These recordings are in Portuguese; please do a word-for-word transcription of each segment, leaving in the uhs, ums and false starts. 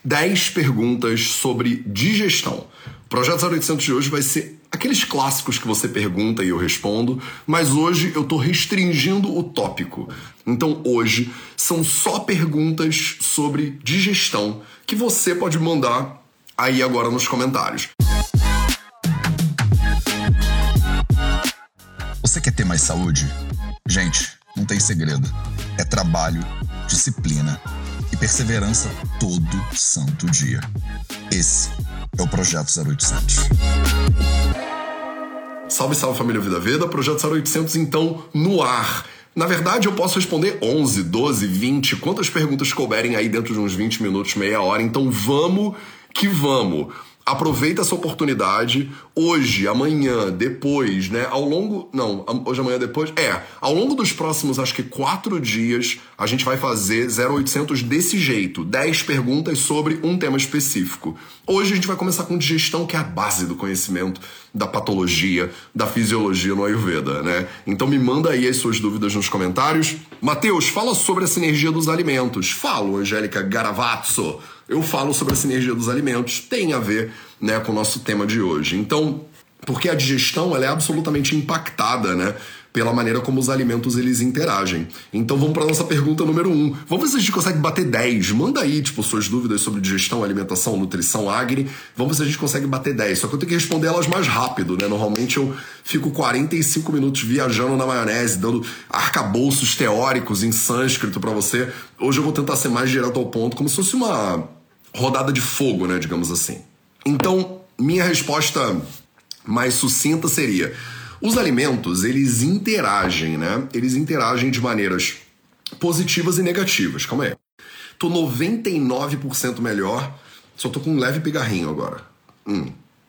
dez perguntas sobre digestão. O Projeto zero oitocentos de hoje vai ser aqueles clássicos que você pergunta e eu respondo, mas hoje eu tô restringindo o tópico. Então hoje são só perguntas sobre digestão que você pode mandar aí agora nos comentários. Você quer ter mais saúde? Gente, não tem segredo. É trabalho, disciplina e perseverança todo santo dia. Esse é o Projeto zero oitocentos. Salve, salve família Vida Veda, Projeto zero oitocentos então no ar. Na verdade eu posso responder onze, doze, vinte, quantas perguntas couberem aí dentro de uns vinte minutos, meia hora, então vamos que vamos. Aproveita essa oportunidade, hoje, amanhã, depois, né, ao longo, não, hoje, amanhã, depois, é, ao longo dos próximos, acho que quatro dias, a gente vai fazer zero oitocentos desse jeito, dez perguntas sobre um tema específico. Hoje a gente vai começar com digestão, que é a base do conhecimento da patologia, da fisiologia no Ayurveda, né? Então me manda aí as suas dúvidas nos comentários. Matheus, fala sobre a sinergia dos alimentos. Falo, Angélica Garavazzo. Eu falo sobre a sinergia dos alimentos, tem a ver, né, com o nosso tema de hoje. Então, porque a digestão ela é absolutamente impactada, né, pela maneira como os alimentos eles interagem. Então vamos para a nossa pergunta número um. Vamos ver se a gente consegue bater dez. Manda aí, tipo, suas dúvidas sobre digestão, alimentação, nutrição, agri. Vamos ver se a gente consegue bater dez. Só que eu tenho que responder elas mais rápido, né? Normalmente eu fico quarenta e cinco minutos viajando na maionese, dando arcabouços teóricos em sânscrito para você. Hoje eu vou tentar ser mais direto ao ponto, como se fosse uma rodada de fogo, né, digamos assim. Então, minha resposta mais sucinta seria: os alimentos, eles interagem, né? Eles interagem de maneiras positivas e negativas. Calma aí. Tô noventa e nove por cento melhor, só tô com um leve pigarrinho agora. Hum.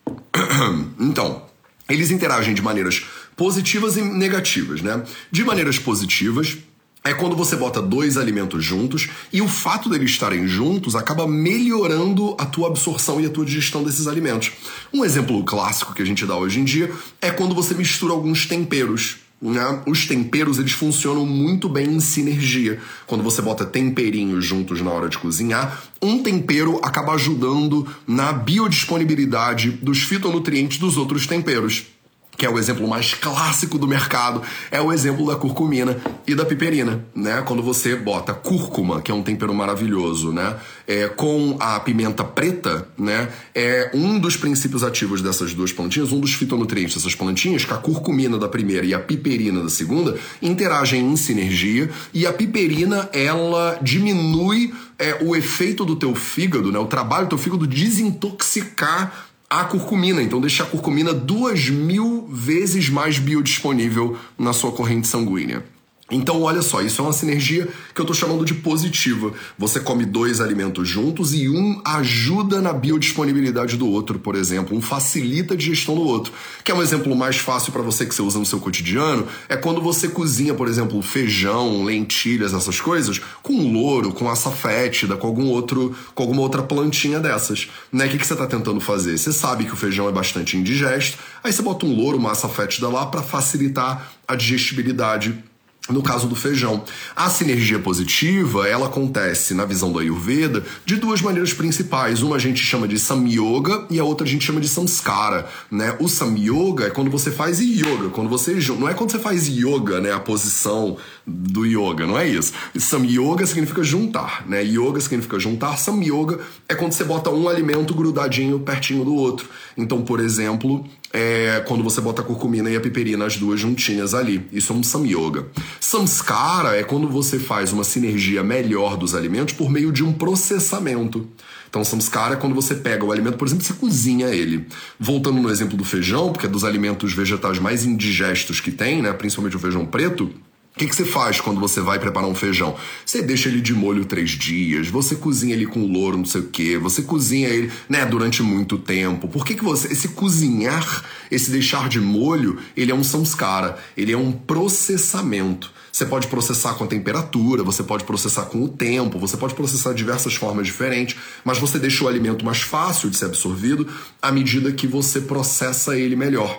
Então, eles interagem de maneiras positivas e negativas, né? De maneiras positivas é quando você bota dois alimentos juntos e o fato deles estarem juntos acaba melhorando a tua absorção e a tua digestão desses alimentos. Um exemplo clássico que a gente dá hoje em dia é quando você mistura alguns temperos, né? Os temperos eles funcionam muito bem em sinergia. Quando você bota temperinhos juntos na hora de cozinhar, um tempero acaba ajudando na biodisponibilidade dos fitonutrientes dos outros temperos, que é o exemplo mais clássico do mercado, é o exemplo da curcumina e da piperina, né? Quando você bota cúrcuma, que é um tempero maravilhoso, né? É, com a pimenta preta, né? É um dos princípios ativos dessas duas plantinhas, um dos fitonutrientes dessas plantinhas, que a curcumina da primeira e a piperina da segunda interagem em sinergia, e a piperina, ela diminui é, o efeito do teu fígado, né? O trabalho do teu fígado desintoxicar a curcumina, então deixa a curcumina duas mil vezes mais biodisponível na sua corrente sanguínea. Então, olha só, isso é uma sinergia que eu tô chamando de positiva. Você come dois alimentos juntos e um ajuda na biodisponibilidade do outro, por exemplo. Um facilita a digestão do outro. Que é um exemplo mais fácil para você que você usa no seu cotidiano, é quando você cozinha, por exemplo, feijão, lentilhas, essas coisas, com louro, com açafétida, com algum outro, com alguma outra plantinha dessas. Né? O que, que você tá tentando fazer? Você sabe que o feijão é bastante indigesto, aí você bota um louro, uma açafétida lá para facilitar a digestibilidade. No caso do feijão, a sinergia positiva, ela acontece, na visão do Ayurveda, de duas maneiras principais. Uma a gente chama de Samyoga e a outra a gente chama de Samskara, né? O Samyoga é quando você faz yoga, quando você... Não é quando você faz yoga, né? A posição do yoga, não é isso. Samyoga significa juntar, né? Yoga significa juntar. Samyoga é quando você bota um alimento grudadinho pertinho do outro. Então, por exemplo, é quando você bota a curcumina e a piperina, as duas juntinhas ali. Isso é um Samyoga. Samskara é quando você faz uma sinergia melhor dos alimentos por meio de um processamento. Então, samskara é quando você pega o alimento, por exemplo, você cozinha ele. Voltando no exemplo do feijão, porque é dos alimentos vegetais mais indigestos que tem, né, principalmente o feijão preto. O que, que você faz quando você vai preparar um feijão? Você deixa ele de molho três dias, você cozinha ele com louro, não sei o quê, você cozinha ele, né, durante muito tempo. Por que que você... Esse cozinhar, esse deixar de molho, ele é um samskara, ele é um processamento. Você pode processar com a temperatura, você pode processar com o tempo, você pode processar de diversas formas diferentes, mas você deixa o alimento mais fácil de ser absorvido à medida que você processa ele melhor.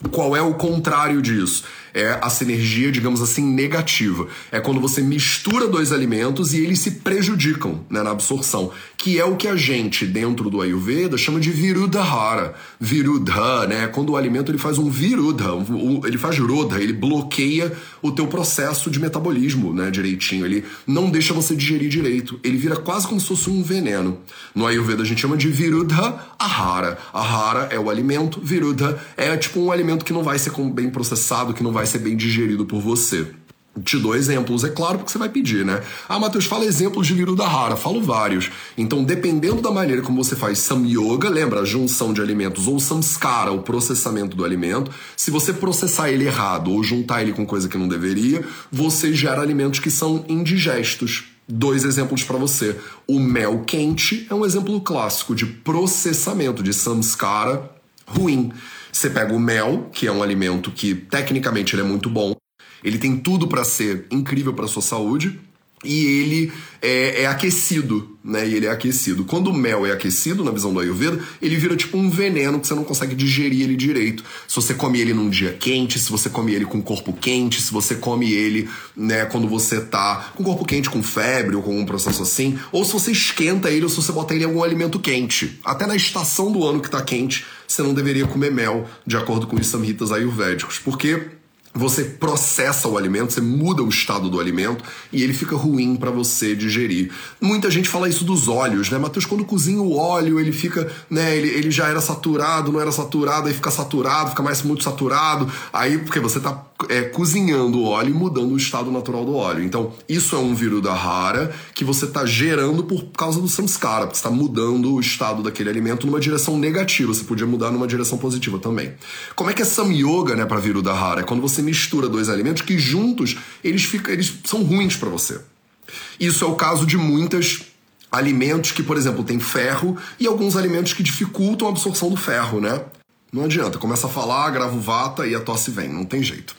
Qual é o contrário disso? É a sinergia, digamos assim, negativa. É quando você mistura dois alimentos e eles se prejudicam, né, na absorção, que é o que a gente, dentro do Ayurveda, chama de Viruddhara. Viruddha, né? Quando o alimento ele faz um Viruddha, um, ele faz Rodha, ele bloqueia o teu processo de metabolismo, né, direitinho. Ele não deixa você digerir direito. Ele vira quase como se fosse um veneno. No Ayurveda a gente chama de Viruddha Ahara. Ahara é o alimento, Viruddha é tipo um alimento que não vai ser bem processado, que não vai vai ser bem digerido por você. Te dou exemplos, é claro, porque você vai pedir, né? Ah, Matheus, fala exemplos de Viruddhara. Falo vários. Então, dependendo da maneira como você faz Samyoga, lembra a junção de alimentos, ou Samskara, o processamento do alimento, se você processar ele errado ou juntar ele com coisa que não deveria, você gera alimentos que são indigestos. Dois exemplos para você. O mel quente é um exemplo clássico de processamento de Samskara ruim. Você pega o mel, que é um alimento que tecnicamente ele é muito bom, ele tem tudo para ser incrível para sua saúde, e ele é, é aquecido, né? E ele é aquecido. Quando o mel é aquecido, na visão do Ayurveda, ele vira tipo um veneno que você não consegue digerir ele direito. Se você come ele num dia quente, se você come ele com o corpo quente, se você come ele, né, quando você tá com o corpo quente, com febre ou com um processo assim, ou se você esquenta ele ou se você bota ele em algum alimento quente. Até na estação do ano que tá quente, você não deveria comer mel, de acordo com os samhitas ayurvédicos, porque você processa o alimento, você muda o estado do alimento e ele fica ruim para você digerir. Muita gente fala isso dos óleos, né? Matheus, quando cozinha o óleo, ele fica, né? Ele, ele já era saturado, não era saturado, aí fica saturado, fica mais muito saturado. Aí, porque você tá é, cozinhando o óleo e mudando o estado natural do óleo. Então, isso é um Viruddhara que você tá gerando por causa do samskara, porque você tá mudando o estado daquele alimento numa direção negativa. Você podia mudar numa direção positiva também. Como é que é Samyoga, né, para Viruddhara? É quando você mistura dois alimentos que juntos eles, ficam, eles são ruins para você. Isso é o caso de muitos alimentos que, por exemplo, tem ferro e alguns alimentos que dificultam a absorção do ferro, né? Não adianta, começa a falar, grava o vata e a tosse vem, não tem jeito.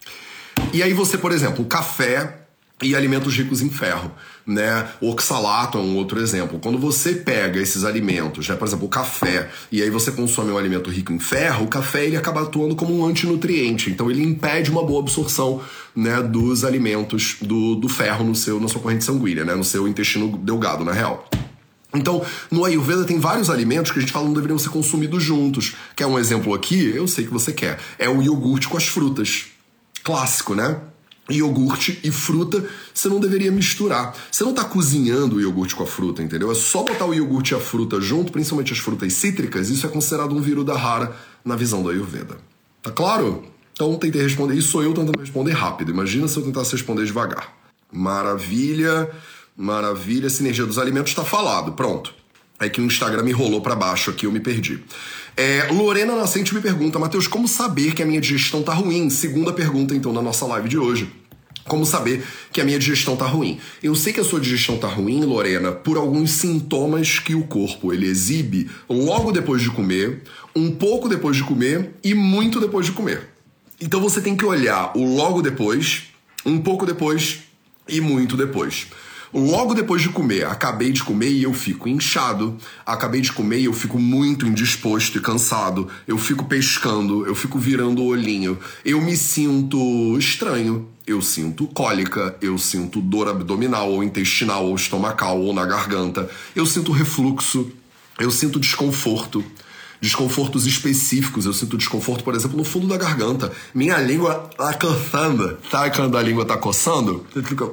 E aí você, por exemplo, o café e alimentos ricos em ferro, né? O oxalato é um outro exemplo. Quando você pega esses alimentos, né? Por exemplo, o café, e aí você consome um alimento rico em ferro, o café ele acaba atuando como um antinutriente, então ele impede uma boa absorção, né, dos alimentos do, do ferro no seu, na sua corrente sanguínea, né? No seu intestino delgado, na real. Então, no Ayurveda tem vários alimentos que a gente fala não deveriam ser consumidos juntos. Quer um exemplo aqui? Eu sei que você quer. É o iogurte com as frutas. Clássico, né? Iogurte e fruta você não deveria misturar. Você não tá cozinhando o iogurte com a fruta, entendeu? É só botar o iogurte e a fruta junto, principalmente as frutas cítricas, isso é considerado um Viruddhara na visão do Ayurveda. Tá claro? Então tentei responder. Isso sou eu tentando responder rápido. Imagina se eu tentasse responder devagar. Maravilha, maravilha. Sinergia dos alimentos tá falado. Pronto. É que o Instagram me rolou pra baixo aqui, eu me perdi. É, Lorena Nascente me pergunta, Matheus, como saber que a minha digestão tá ruim? Segunda pergunta, então, na nossa live de hoje. Como saber que a minha digestão tá ruim? Eu sei que a sua digestão tá ruim, Lorena, por alguns sintomas que o corpo ele exibe logo depois de comer, um pouco depois de comer e muito depois de comer. Então você tem que olhar o logo depois, um pouco depois e muito depois. Logo depois de comer, acabei de comer e eu fico inchado, acabei de comer e eu fico muito indisposto e cansado, eu fico pescando, eu fico virando o olhinho, eu me sinto estranho, eu sinto cólica, eu sinto dor abdominal ou intestinal ou estomacal ou na garganta, eu sinto refluxo, eu sinto desconforto. Desconfortos específicos, eu sinto desconforto, por exemplo, no fundo da garganta. Minha língua tá coçando, sabe quando a língua tá coçando? Você fica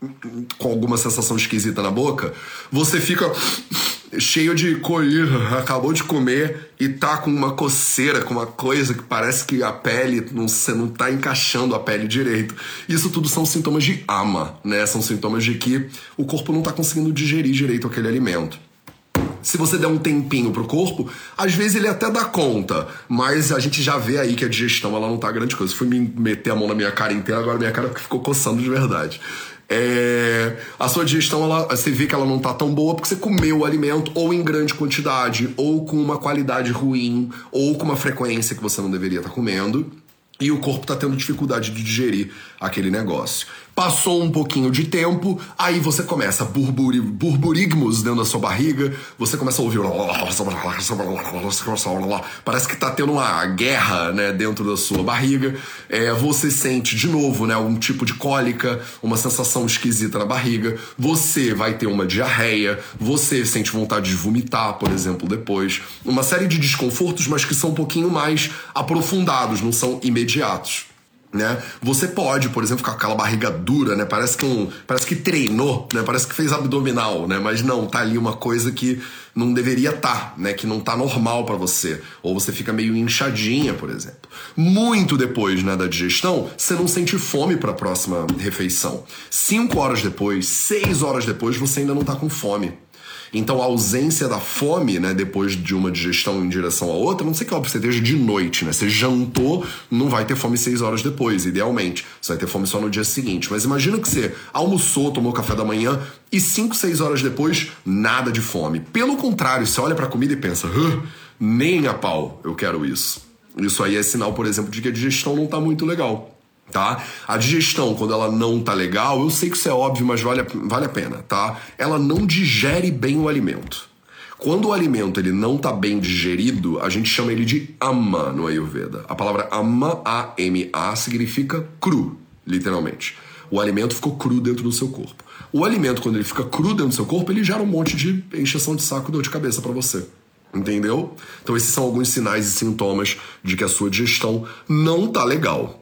com alguma sensação esquisita na boca, você fica cheio de coliza, acabou de comer e tá com uma coceira, com uma coisa que parece que a pele, não, você não tá encaixando a pele direito. Isso tudo são sintomas de ama, né? São sintomas de que o corpo não tá conseguindo digerir direito aquele alimento. Se você der um tempinho pro corpo, às vezes ele até dá conta, mas a gente já vê aí que a digestão ela não tá grande coisa. Eu fui me meter a mão na minha cara inteira, agora minha cara ficou coçando de verdade. É, a sua digestão, ela, você vê que ela não tá tão boa porque você comeu o alimento ou em grande quantidade, ou com uma qualidade ruim, ou com uma frequência que você não deveria estar comendo, e o corpo tá tendo dificuldade de digerir aquele negócio. Passou um pouquinho de tempo, aí você começa a burburi, burburigmos dentro da sua barriga, você começa a ouvir... Parece que tá tendo uma guerra, né, dentro da sua barriga. É, você sente, de novo, né, um tipo de cólica, uma sensação esquisita na barriga. Você vai ter uma diarreia, você sente vontade de vomitar, por exemplo, depois. Uma série de desconfortos, mas que são um pouquinho mais aprofundados, não são imediatos. Né? Você pode, por exemplo, ficar com aquela barriga dura, né? Parece que, um, parece que treinou, né? Parece que fez abdominal, né? Mas não, tá ali uma coisa que não deveria estar, né? Que não tá normal pra você. Ou você fica meio inchadinha, por exemplo. Muito depois, né, da digestão, você não sente fome pra próxima refeição. Cinco horas depois, seis horas depois, você ainda não tá com fome. Então a ausência da fome, né, depois de uma digestão em direção a outra, não sei que óbvio você esteja de noite, né? Você jantou, não vai ter fome seis horas depois, idealmente. Você vai ter fome só no dia seguinte. Mas imagina que você almoçou, tomou café da manhã e cinco, seis horas depois, nada de fome. Pelo contrário, você olha pra comida e pensa, nem a pau eu quero isso. Isso aí é sinal, por exemplo, de que a digestão não tá muito legal. Tá? A digestão, quando ela não tá legal, eu sei que isso é óbvio, mas vale a, vale a pena, tá? Ela não digere bem o alimento. Quando o alimento ele não tá bem digerido, a gente chama ele de ama no Ayurveda. A palavra ama, A M A, significa cru, literalmente. O alimento ficou cru dentro do seu corpo. O alimento, quando ele fica cru dentro do seu corpo, ele gera um monte de encheção de saco e dor de cabeça pra você. Entendeu? Então esses são alguns sinais e sintomas de que a sua digestão não tá legal.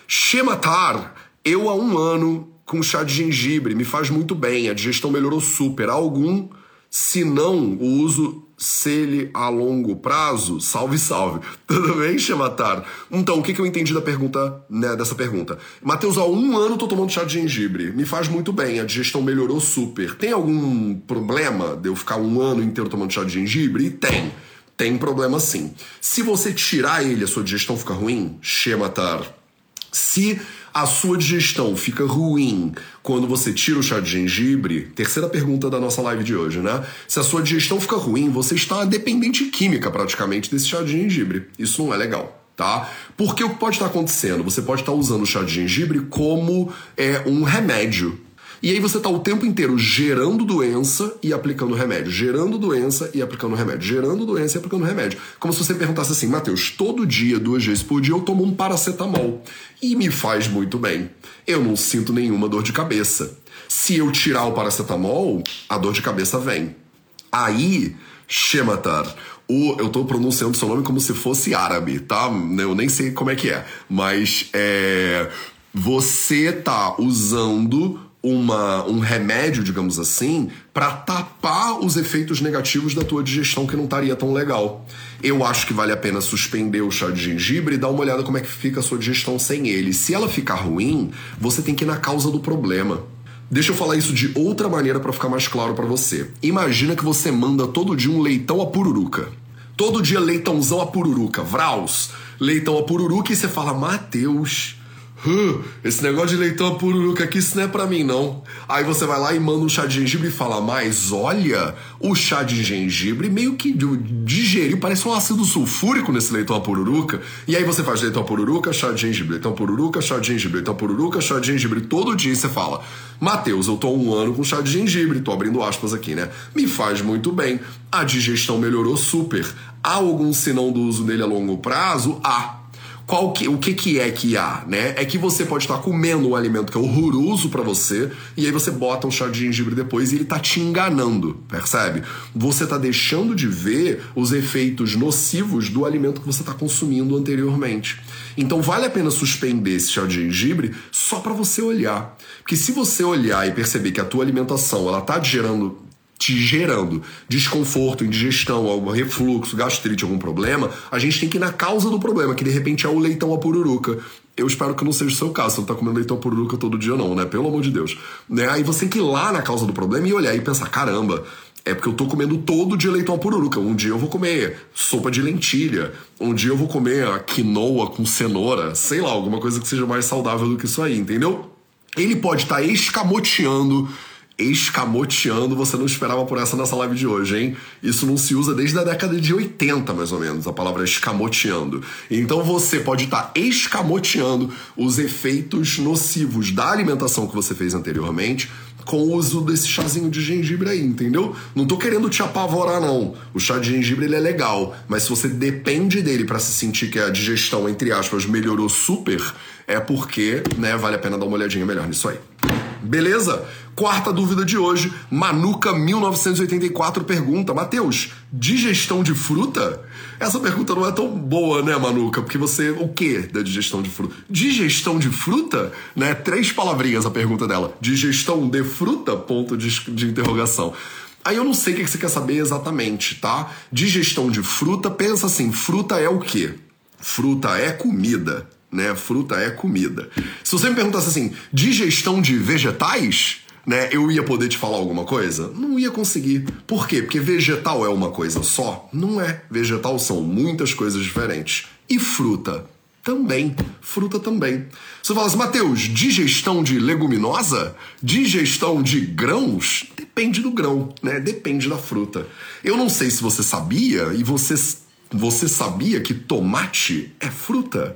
Shematar, eu há um ano com chá de gengibre, me faz muito bem, a digestão melhorou super. Há algum, se não o uso se a longo prazo, salve, salve. Tudo bem, Shematar? Então, o que, que eu entendi da pergunta, né, dessa pergunta? Matheus, há um ano tô tomando chá de gengibre, me faz muito bem, a digestão melhorou super. Tem algum problema de eu ficar um ano inteiro tomando chá de gengibre? E tem. Tem problema sim. Se você tirar ele, a sua digestão fica ruim, Shematar. Se a sua digestão fica ruim quando você tira o chá de gengibre, terceira pergunta da nossa live de hoje, né? Se a sua digestão fica ruim, você está dependente química praticamente desse chá de gengibre. Isso não é legal, tá? Porque o que pode estar acontecendo? Você pode estar usando o chá de gengibre como é, um remédio. E aí você tá o tempo inteiro gerando doença e aplicando remédio, gerando doença e aplicando remédio, gerando doença e aplicando remédio. Como se você perguntasse assim, Matheus, todo dia, duas vezes por dia eu tomo um paracetamol e me faz muito bem. Eu não sinto nenhuma dor de cabeça. Se eu tirar o paracetamol, a dor de cabeça vem. Aí, Shematar, o, eu tô pronunciando seu nome como se fosse árabe, tá? Eu nem sei como é que é, mas é, você tá usando Uma, um remédio, digamos assim, para tapar os efeitos negativos da tua digestão que não estaria tão legal. Eu acho que vale a pena suspender o chá de gengibre e dar uma olhada como é que fica a sua digestão sem ele. Se ela ficar ruim, você tem que ir na causa do problema. Deixa eu falar isso de outra maneira para ficar mais claro para você. Imagina que você manda todo dia um leitão a pururuca. Todo dia leitãozão a pururuca, vraus, leitão a pururuca, e você fala, Matheus... Uh, esse negócio de leitão a pururuca aqui, isso não é pra mim, não. Aí você vai lá e manda um chá de gengibre e fala, mas olha, o chá de gengibre meio que digeriu, parece um ácido sulfúrico nesse leitão a pururuca. E aí você faz leitão a pururuca, chá de gengibre, leitão a pururuca, chá de gengibre, leitão a pururuca, chá de gengibre. Todo dia você fala, Matheus, eu tô há um ano com chá de gengibre, tô abrindo aspas aqui, né? Me faz muito bem, a digestão melhorou super. Há algum sinal do uso dele a longo prazo? Há. Qual que, o que, que é que há, né? É que você pode estar comendo um alimento que é horroroso pra você e aí você bota um chá de gengibre depois e ele tá te enganando, percebe? Você tá deixando de ver os efeitos nocivos do alimento que você tá consumindo anteriormente. Então vale a pena suspender esse chá de gengibre só pra você olhar. Porque se você olhar e perceber que a tua alimentação ela tá gerando... te gerando desconforto, indigestão, algum refluxo, gastrite, algum problema, a gente tem que ir na causa do problema, que de repente é o leitão a pururuca. Eu espero que não seja o seu caso, você não tá comendo leitão a pururuca todo dia não, né? Pelo amor de Deus. Né? Aí você tem que ir lá na causa do problema e olhar e pensar, caramba, é porque eu tô comendo todo dia leitão a pururuca. Um dia eu vou comer sopa de lentilha, um dia eu vou comer a quinoa com cenoura, sei lá, alguma coisa que seja mais saudável do que isso aí, entendeu? Ele pode estar escamoteando Escamoteando, você não esperava por essa nessa live de hoje, hein? Isso não se usa desde a década de oitenta, mais ou menos, a palavra escamoteando. Então você pode estar escamoteando os efeitos nocivos da alimentação que você fez anteriormente com o uso desse chazinho de gengibre aí, entendeu? Não tô querendo te apavorar, não. O chá de gengibre, ele é legal, mas se você depende dele pra se sentir que a digestão, entre aspas, melhorou super, é porque, né, vale a pena dar uma olhadinha melhor nisso aí. Beleza? Quarta dúvida de hoje, Manuca mil novecentos e oitenta e quatro pergunta: Matheus, digestão de fruta? Essa pergunta não é tão boa, né, Manuca? Porque você, o que da digestão de fruta? Digestão de fruta? Né? Três palavrinhas a pergunta dela. Digestão de fruta? Ponto de, de interrogação. Aí eu não sei o que você quer saber exatamente, tá? Digestão de fruta, pensa assim, fruta é o quê? Fruta é comida. Né? Fruta é comida. Se você me perguntasse assim, digestão de vegetais, né, eu ia poder te falar alguma coisa? Não ia conseguir. Por quê? Porque vegetal é uma coisa só? Não é. Vegetal são muitas coisas diferentes. E fruta? Também. Fruta também. Você fala assim, Matheus, digestão de leguminosa? Digestão de grãos? Depende do grão, né? Depende da fruta. Eu não sei se você sabia, e você... Você sabia que tomate é fruta?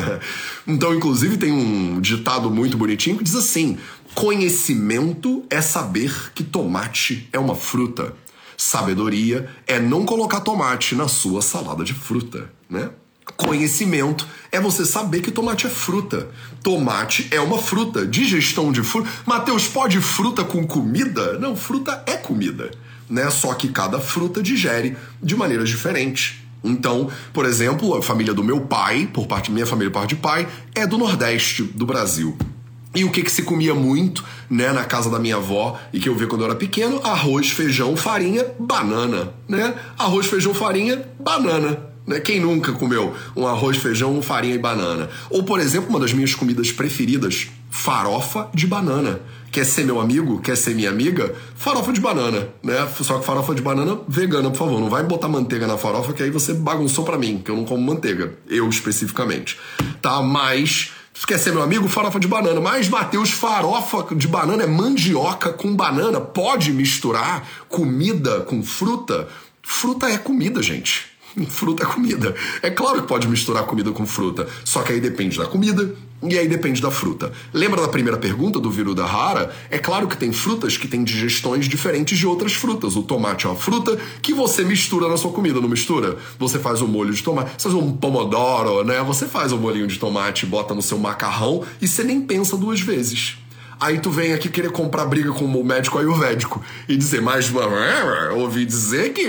Então, inclusive, tem um ditado muito bonitinho que diz assim: conhecimento é saber que tomate é uma fruta. Sabedoria é não colocar tomate na sua salada de fruta, né? Conhecimento é você saber que tomate é fruta. Tomate é uma fruta. Digestão de fruta. Matheus, pode fruta com comida? Não, fruta é comida, né? Só que cada fruta digere de maneiras diferentes. Então, por exemplo, a família do meu pai, por parte minha família, por parte de pai, é do Nordeste do Brasil. E o que que se comia muito, né, na casa da minha avó, e que eu vi quando eu era pequeno? Arroz, feijão, farinha, banana, né? Arroz, feijão, farinha, banana. Né? Quem nunca comeu um arroz, feijão, farinha e banana? Ou, por exemplo, uma das minhas comidas preferidas, farofa de banana. Quer ser meu amigo? Quer ser minha amiga? Farofa de banana, né? Só que farofa de banana vegana, por favor. Não vai botar manteiga na farofa, que aí você bagunçou pra mim, que eu não como manteiga. Eu, especificamente. Tá? Mas... quer ser meu amigo? Farofa de banana. Mas, Matheus, farofa de banana é mandioca com banana. Pode misturar comida com fruta? Fruta é comida, gente. Fruta é comida. É claro que pode misturar comida com fruta, só que aí depende da comida e aí depende da fruta. Lembra da primeira pergunta do Viruda Rara? É claro que tem frutas que têm digestões diferentes de outras frutas. O tomate é uma fruta que você mistura na sua comida, não mistura? Você faz um molho de tomate, você faz um pomodoro, né? Você faz um molhinho de tomate, bota no seu macarrão e você nem pensa duas vezes. Aí tu vem aqui querer comprar briga com o médico ayurvédico e dizer, mas ouvi dizer que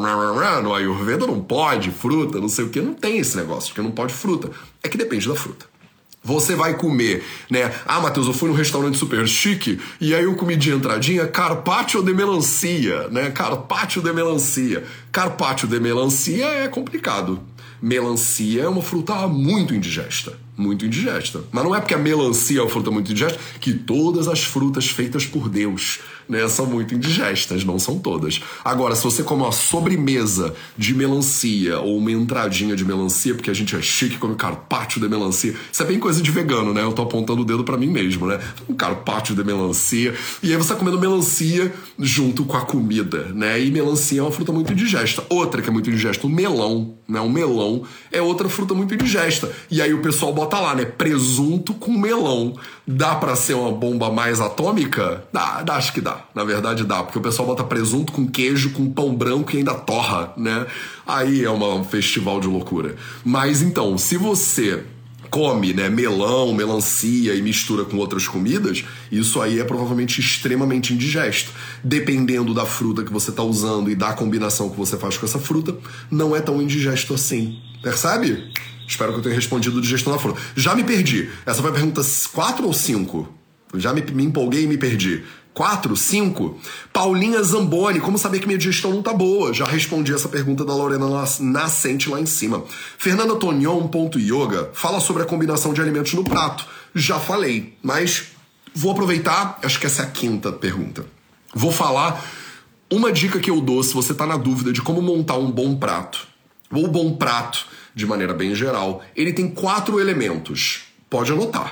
no Ayurveda não pode fruta, não sei o que, não tem esse negócio, porque não pode fruta. É que depende da fruta. Você vai comer, né? Ah, Matheus, eu fui num restaurante super chique e aí eu comi de entradinha carpaccio de melancia, né? Carpaccio de melancia. Carpaccio de melancia é complicado. Melancia é uma fruta muito indigesta. Muito indigesta. Mas não é porque a melancia é uma fruta muito indigesta que todas as frutas feitas por Deus, né, são muito indigestas. Não são todas. Agora, se você come uma sobremesa de melancia ou uma entradinha de melancia, porque a gente é chique, come carpaccio de melancia, isso é bem coisa de vegano, né? Eu tô apontando o dedo pra mim mesmo, né? Um carpaccio de melancia. E aí você tá comendo melancia junto com a comida, né? E melancia é uma fruta muito indigesta. Outra que é muito indigesta, o melão, né? O melão é outra fruta muito indigesta. E aí o pessoal bota tá lá, né? Presunto com melão. Dá pra ser uma bomba mais atômica? Dá, dá, acho que dá. Na verdade dá, porque o pessoal bota presunto com queijo, com pão branco e ainda torra, né? Aí é uma, um festival de loucura. Mas então, se você come, né, melão, melancia e mistura com outras comidas, isso aí é provavelmente extremamente indigesto. Dependendo da fruta que você tá usando e da combinação que você faz com essa fruta, não é tão indigesto assim. Percebe? Espero que eu tenha respondido digestão da fruta. Já me perdi. Essa foi a pergunta quatro ou cinco? Já me, me empolguei e me perdi. quatro, cinco? Paulinha Zamboni, como saber que minha digestão não tá boa? Já respondi essa pergunta da Lorena Nascente lá em cima. Fernanda Tonion.yoga fala sobre a combinação de alimentos no prato. Já falei, mas vou aproveitar, acho que essa é a quinta pergunta. Vou falar uma dica que eu dou se você tá na dúvida de como montar um bom prato. Ou bom prato, de maneira bem geral. Ele tem quatro elementos. Pode anotar.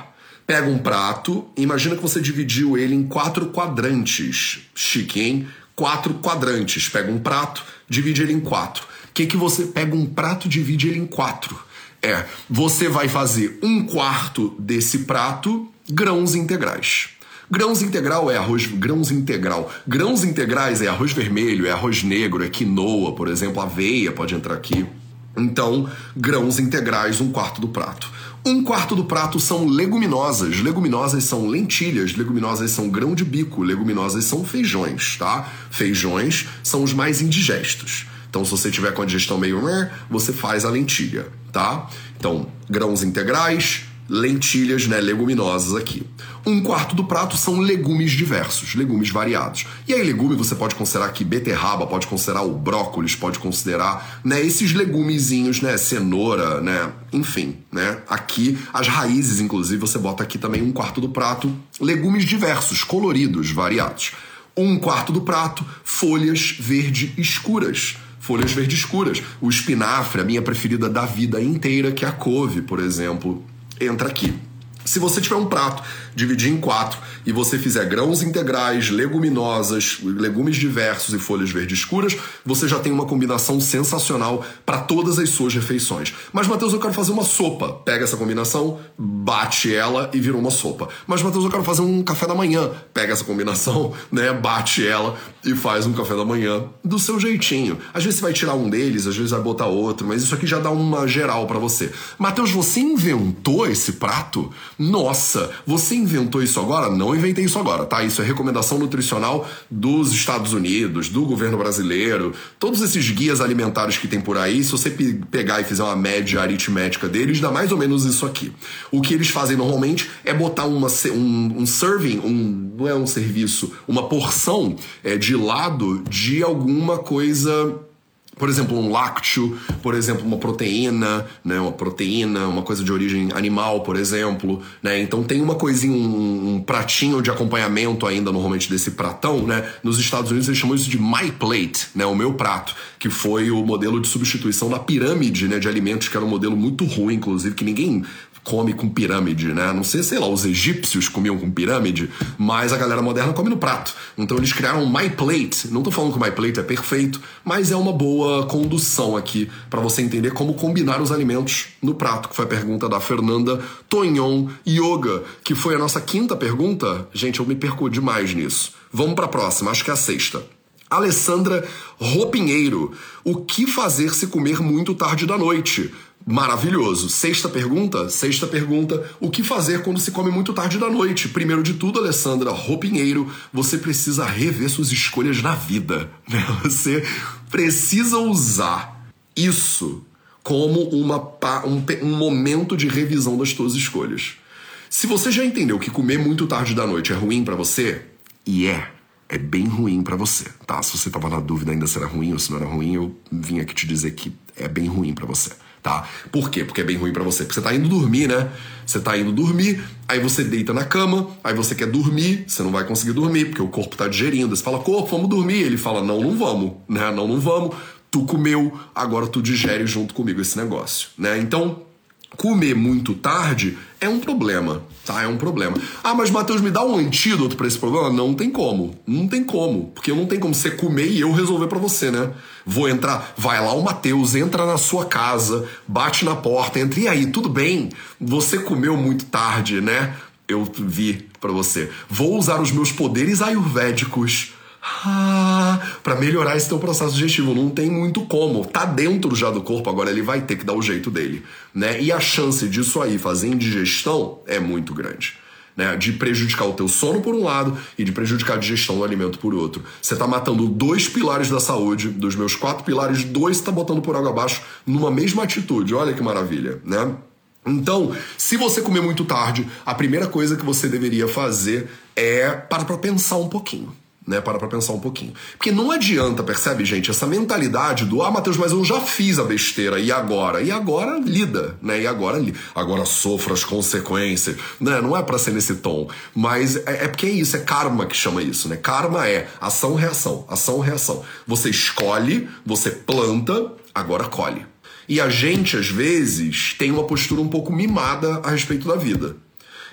Pega um prato, imagina que você dividiu ele em quatro quadrantes. Chique, hein? Quatro quadrantes. Pega um prato, divide ele em quatro. O que que você pega um prato e divide ele em quatro? É, você vai fazer um quarto desse prato grãos integrais. Grãos integral é arroz, grãos integral. Grãos integrais é arroz vermelho, é arroz negro, é quinoa, por exemplo, aveia pode entrar aqui. Então, grãos integrais, um quarto do prato. Um quarto do prato são leguminosas. Leguminosas são lentilhas, leguminosas são grão de bico, leguminosas são feijões, tá? Feijões são os mais indigestos. Então, se você tiver com a digestão meio, você faz a lentilha, tá? Então, grãos integrais, lentilhas, né, leguminosas aqui. Um quarto do prato são legumes diversos, legumes variados. E aí, legume você pode considerar aqui beterraba, pode considerar o brócolis, pode considerar, né, esses legumezinhos, né, cenoura, né, enfim, né. Aqui, as raízes, inclusive, você bota aqui também um quarto do prato, legumes diversos, coloridos, variados. Um quarto do prato, folhas verde escuras. Folhas verde escuras. O espinafre, a minha preferida da vida inteira, que é a couve, por exemplo, entra aqui. Se você tiver um prato, dividir em quatro, e você fizer grãos integrais, leguminosas, legumes diversos e folhas verdes escuras, você já tem uma combinação sensacional para todas as suas refeições. Mas, Matheus, eu quero fazer uma sopa. Pega essa combinação, bate ela e vira uma sopa. Mas, Matheus, eu quero fazer um café da manhã. Pega essa combinação, né, bate ela e faz um café da manhã do seu jeitinho. Às vezes você vai tirar um deles, às vezes vai botar outro, mas isso aqui já dá uma geral para você. Matheus, você inventou esse prato? Nossa, você inventou isso agora? Não inventei isso agora, tá? Isso é recomendação nutricional dos Estados Unidos, do governo brasileiro, todos esses guias alimentares que tem por aí, se você pe- pegar e fizer uma média aritmética deles, dá mais ou menos isso aqui. O que eles fazem normalmente é botar uma, um, um serving, um, não é um serviço, uma porção é, de lado de alguma coisa... Por exemplo, um lácteo, por exemplo, uma proteína, né, uma proteína, uma coisa de origem animal, por exemplo, né? Então tem uma coisinha, um, um pratinho de acompanhamento ainda normalmente desse pratão, né? Nos Estados Unidos eles chamam isso de My Plate, né? O meu prato, que foi o modelo de substituição da pirâmide, né, de alimentos, que era um modelo muito ruim, inclusive, que ninguém come com pirâmide, né? Não sei, sei lá, os egípcios comiam com pirâmide, mas a galera moderna come no prato. Então eles criaram o My Plate. Não tô falando que o My Plate é perfeito, mas é uma boa condução aqui para você entender como combinar os alimentos no prato, que foi a pergunta da Fernanda Tonhon Yoga, que foi a nossa quinta pergunta. Gente, eu me perco demais nisso. Vamos para a próxima, acho que é a sexta. Alessandra Ropinheiro. O que fazer se comer muito tarde da noite? Maravilhoso. Sexta pergunta, sexta pergunta, o que fazer quando se come muito tarde da noite? Primeiro de tudo, Alessandra Ropinheiro, você precisa rever suas escolhas na vida, né? Você precisa usar isso como uma, um, um momento de revisão das suas escolhas. Se você já entendeu que comer muito tarde da noite é ruim pra você, e é, é bem ruim pra você, tá? Se você tava na dúvida ainda se era ruim ou se não era ruim, eu vim aqui te dizer que é bem ruim pra você. Tá? Por quê? Porque é bem ruim pra você. Porque você tá indo dormir, né? Você tá indo dormir, aí você deita na cama, aí você quer dormir, você não vai conseguir dormir, porque o corpo tá digerindo. Você fala, corpo, vamos dormir. Ele fala, não, não vamos, né? Não, não vamos. Tu comeu, agora tu digere junto comigo esse negócio, né? Então, comer muito tarde é um problema, tá? É um problema. Ah, mas Matheus, me dá um antídoto pra esse problema? Não tem como. Não tem como. Porque não tem como você comer e eu resolver pra você, né? Vou entrar, vai lá o Matheus, entra na sua casa, bate na porta, entra, e aí, tudo bem? Você comeu muito tarde, né? Eu vi pra você. Vou usar os meus poderes ayurvédicos ah, para melhorar esse teu processo digestivo. Não tem muito como. Tá dentro já do corpo, agora ele vai ter que dar o jeito dele, né? E a chance disso aí fazer indigestão é muito grande, né? De prejudicar o teu sono por um lado e de prejudicar a digestão do alimento por outro. Você tá matando dois pilares da saúde, dos meus quatro pilares, dois você tá botando por água abaixo numa mesma atitude. Olha que maravilha, né? Então, se você comer muito tarde, a primeira coisa que você deveria fazer é parar pra pensar um pouquinho. Né, para pra pensar um pouquinho. Porque não adianta, percebe, gente, essa mentalidade do ah, Matheus, mas eu já fiz a besteira, e agora? E agora lida, né? E agora agora sofra as consequências, né? Não é pra ser nesse tom, mas é, é porque é isso, é karma que chama isso, né? Karma é ação-reação, ação-reação. Você escolhe, você planta, agora colhe. E a gente, às vezes, tem uma postura um pouco mimada a respeito da vida.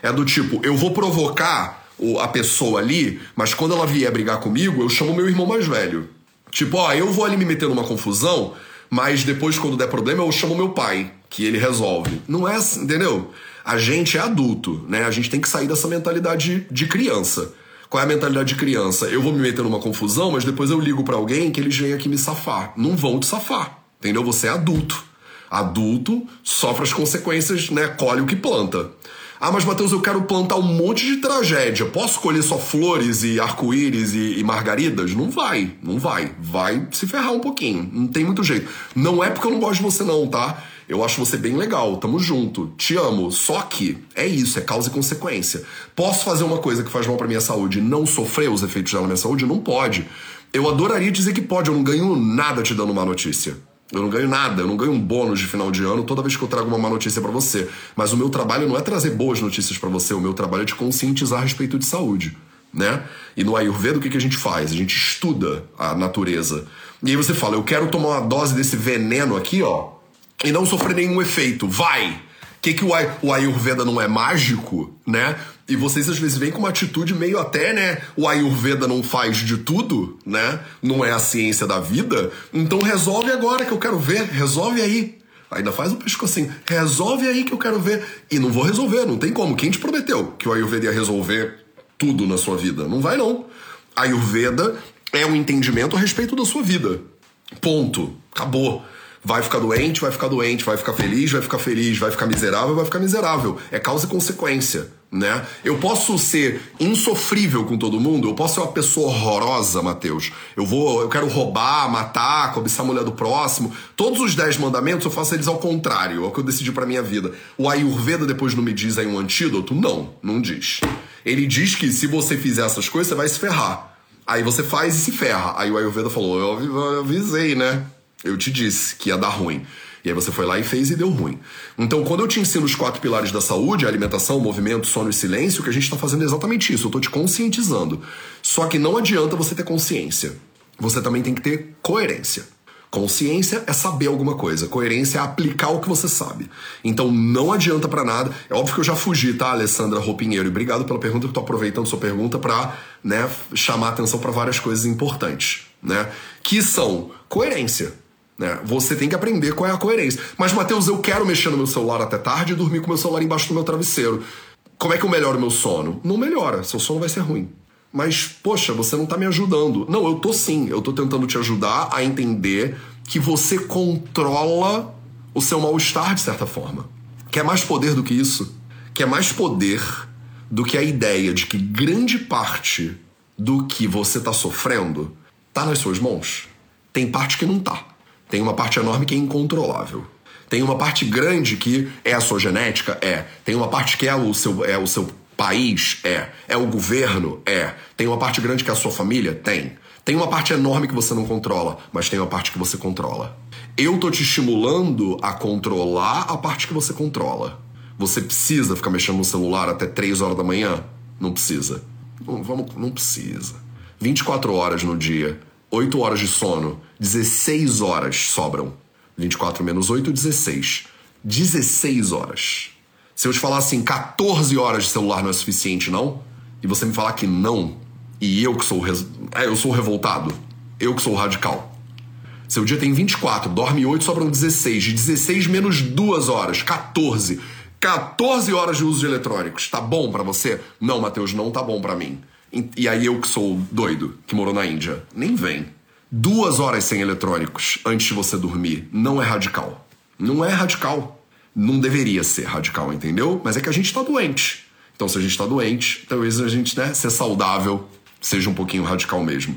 É do tipo, eu vou provocar a pessoa ali, mas quando ela vier brigar comigo, eu chamo meu irmão mais velho. Tipo, ó, eu vou ali me meter numa confusão, mas depois, quando der problema, eu chamo meu pai, que ele resolve. Não é assim, entendeu? A gente é adulto, né? A gente tem que sair dessa mentalidade de criança. Qual é a mentalidade de criança? Eu vou me meter numa confusão, mas depois eu ligo pra alguém que eles venham aqui me safar. Não vão te safar, entendeu? Você é adulto. Adulto sofre as consequências, né? Colhe o que planta. Ah, mas Matheus, eu quero plantar um monte de tragédia. Posso colher só flores e arco-íris e, e margaridas? Não vai, não vai. Vai se ferrar um pouquinho. Não tem muito jeito. Não é porque eu não gosto de você não, tá? Eu acho você bem legal, tamo junto, te amo. Só que é isso, é causa e consequência. Posso fazer uma coisa que faz mal pra minha saúde e não sofrer os efeitos dela na minha saúde? Não pode. Eu adoraria dizer que pode, eu não ganho nada te dando uma notícia. Eu não ganho nada, eu não ganho um bônus de final de ano toda vez que eu trago uma má notícia pra você. Mas o meu trabalho não é trazer boas notícias pra você, o meu trabalho é te conscientizar a respeito de saúde, né? E no Ayurveda o que, que a gente faz? A gente estuda a natureza. E aí você fala, eu quero tomar uma dose desse veneno aqui, ó, e não sofrer nenhum efeito. Vai! Que que o, Ay- o Ayurveda não é mágico, né? E vocês às vezes vêm com uma atitude meio até, né? O Ayurveda não faz de tudo, né? Não é a ciência da vida. Então resolve agora que eu quero ver. Resolve aí. Ainda faz o pescocinho. Resolve aí que eu quero ver. E não vou resolver, não tem como. Quem te prometeu que o Ayurveda ia resolver tudo na sua vida? Não vai não. Ayurveda é um entendimento a respeito da sua vida. Ponto. Acabou. Vai ficar doente, vai ficar doente, vai ficar feliz, vai ficar feliz, vai ficar miserável, vai ficar miserável. É causa e consequência, né? Eu posso ser insofrível com todo mundo, eu posso ser uma pessoa horrorosa, Matheus. Eu vou, eu quero roubar, matar, cobiçar a mulher do próximo. Todos os dez mandamentos eu faço eles ao contrário, é o que eu decidi pra minha vida. O Ayurveda depois não me diz aí um antídoto? Não, não diz. Ele diz que se você fizer essas coisas, você vai se ferrar. Aí você faz e se ferra. Aí o Ayurveda falou, eu avisei, né? Eu te disse que ia dar ruim. E aí você foi lá e fez e deu ruim. Então, quando eu te ensino os quatro pilares da saúde, alimentação, movimento, sono e silêncio, o que a gente está fazendo é exatamente isso. Eu estou te conscientizando. Só que não adianta você ter consciência. Você também tem que ter coerência. Consciência é saber alguma coisa. Coerência é aplicar o que você sabe. Então, não adianta pra nada. É óbvio que eu já fugi, tá, Alessandra Ropinheiro? E obrigado pela pergunta, que eu tô aproveitando sua pergunta pra, né, chamar atenção pra várias coisas importantes, né? Que são coerência. Né? Você tem que aprender qual é a coerência. Mas, Matheus, eu quero mexer no meu celular até tarde e dormir com o meu celular embaixo do meu travesseiro. Como é que eu melhoro o meu sono? Não melhora, seu sono vai ser ruim. Mas, poxa, você não tá me ajudando. Não, eu tô sim, eu tô tentando te ajudar a entender que você controla o seu mal-estar de certa forma. Quer mais poder do que isso? Quer mais poder do que a ideia de que grande parte do que você tá sofrendo tá nas suas mãos? Tem parte que não tá. Tem uma parte enorme que é incontrolável. Tem uma parte grande que é a sua genética? É. Tem uma parte que é o seu, é o seu país? É. É o governo? É. Tem uma parte grande que é a sua família? Tem. Tem uma parte enorme que você não controla, mas tem uma parte que você controla. Eu tô te estimulando a controlar a parte que você controla. Você precisa ficar mexendo no celular até três horas da manhã? Não precisa. Não, vamos, não precisa. vinte e quatro horas no dia, oito horas de sono, dezesseis horas sobram. vinte e quatro menos oito, dezesseis. dezesseis horas. Se eu te falar assim, catorze horas de celular não é suficiente, não? E você me falar que não, e eu que sou o res... é, eu sou o revoltado, eu que sou o radical. Seu dia tem vinte e quatro, dorme oito, sobram dezesseis. De dezesseis menos duas horas, catorze. catorze horas de uso de eletrônicos. Tá bom pra você? Não, Matheus, não tá bom pra mim. E aí eu que sou doido, que morou na Índia. Nem vem. Duas horas sem eletrônicos antes de você dormir não é radical. Não é radical. Não deveria ser radical, entendeu? Mas é que a gente tá doente. Então se a gente tá doente, talvez a gente, né, ser saudável seja um pouquinho radical mesmo.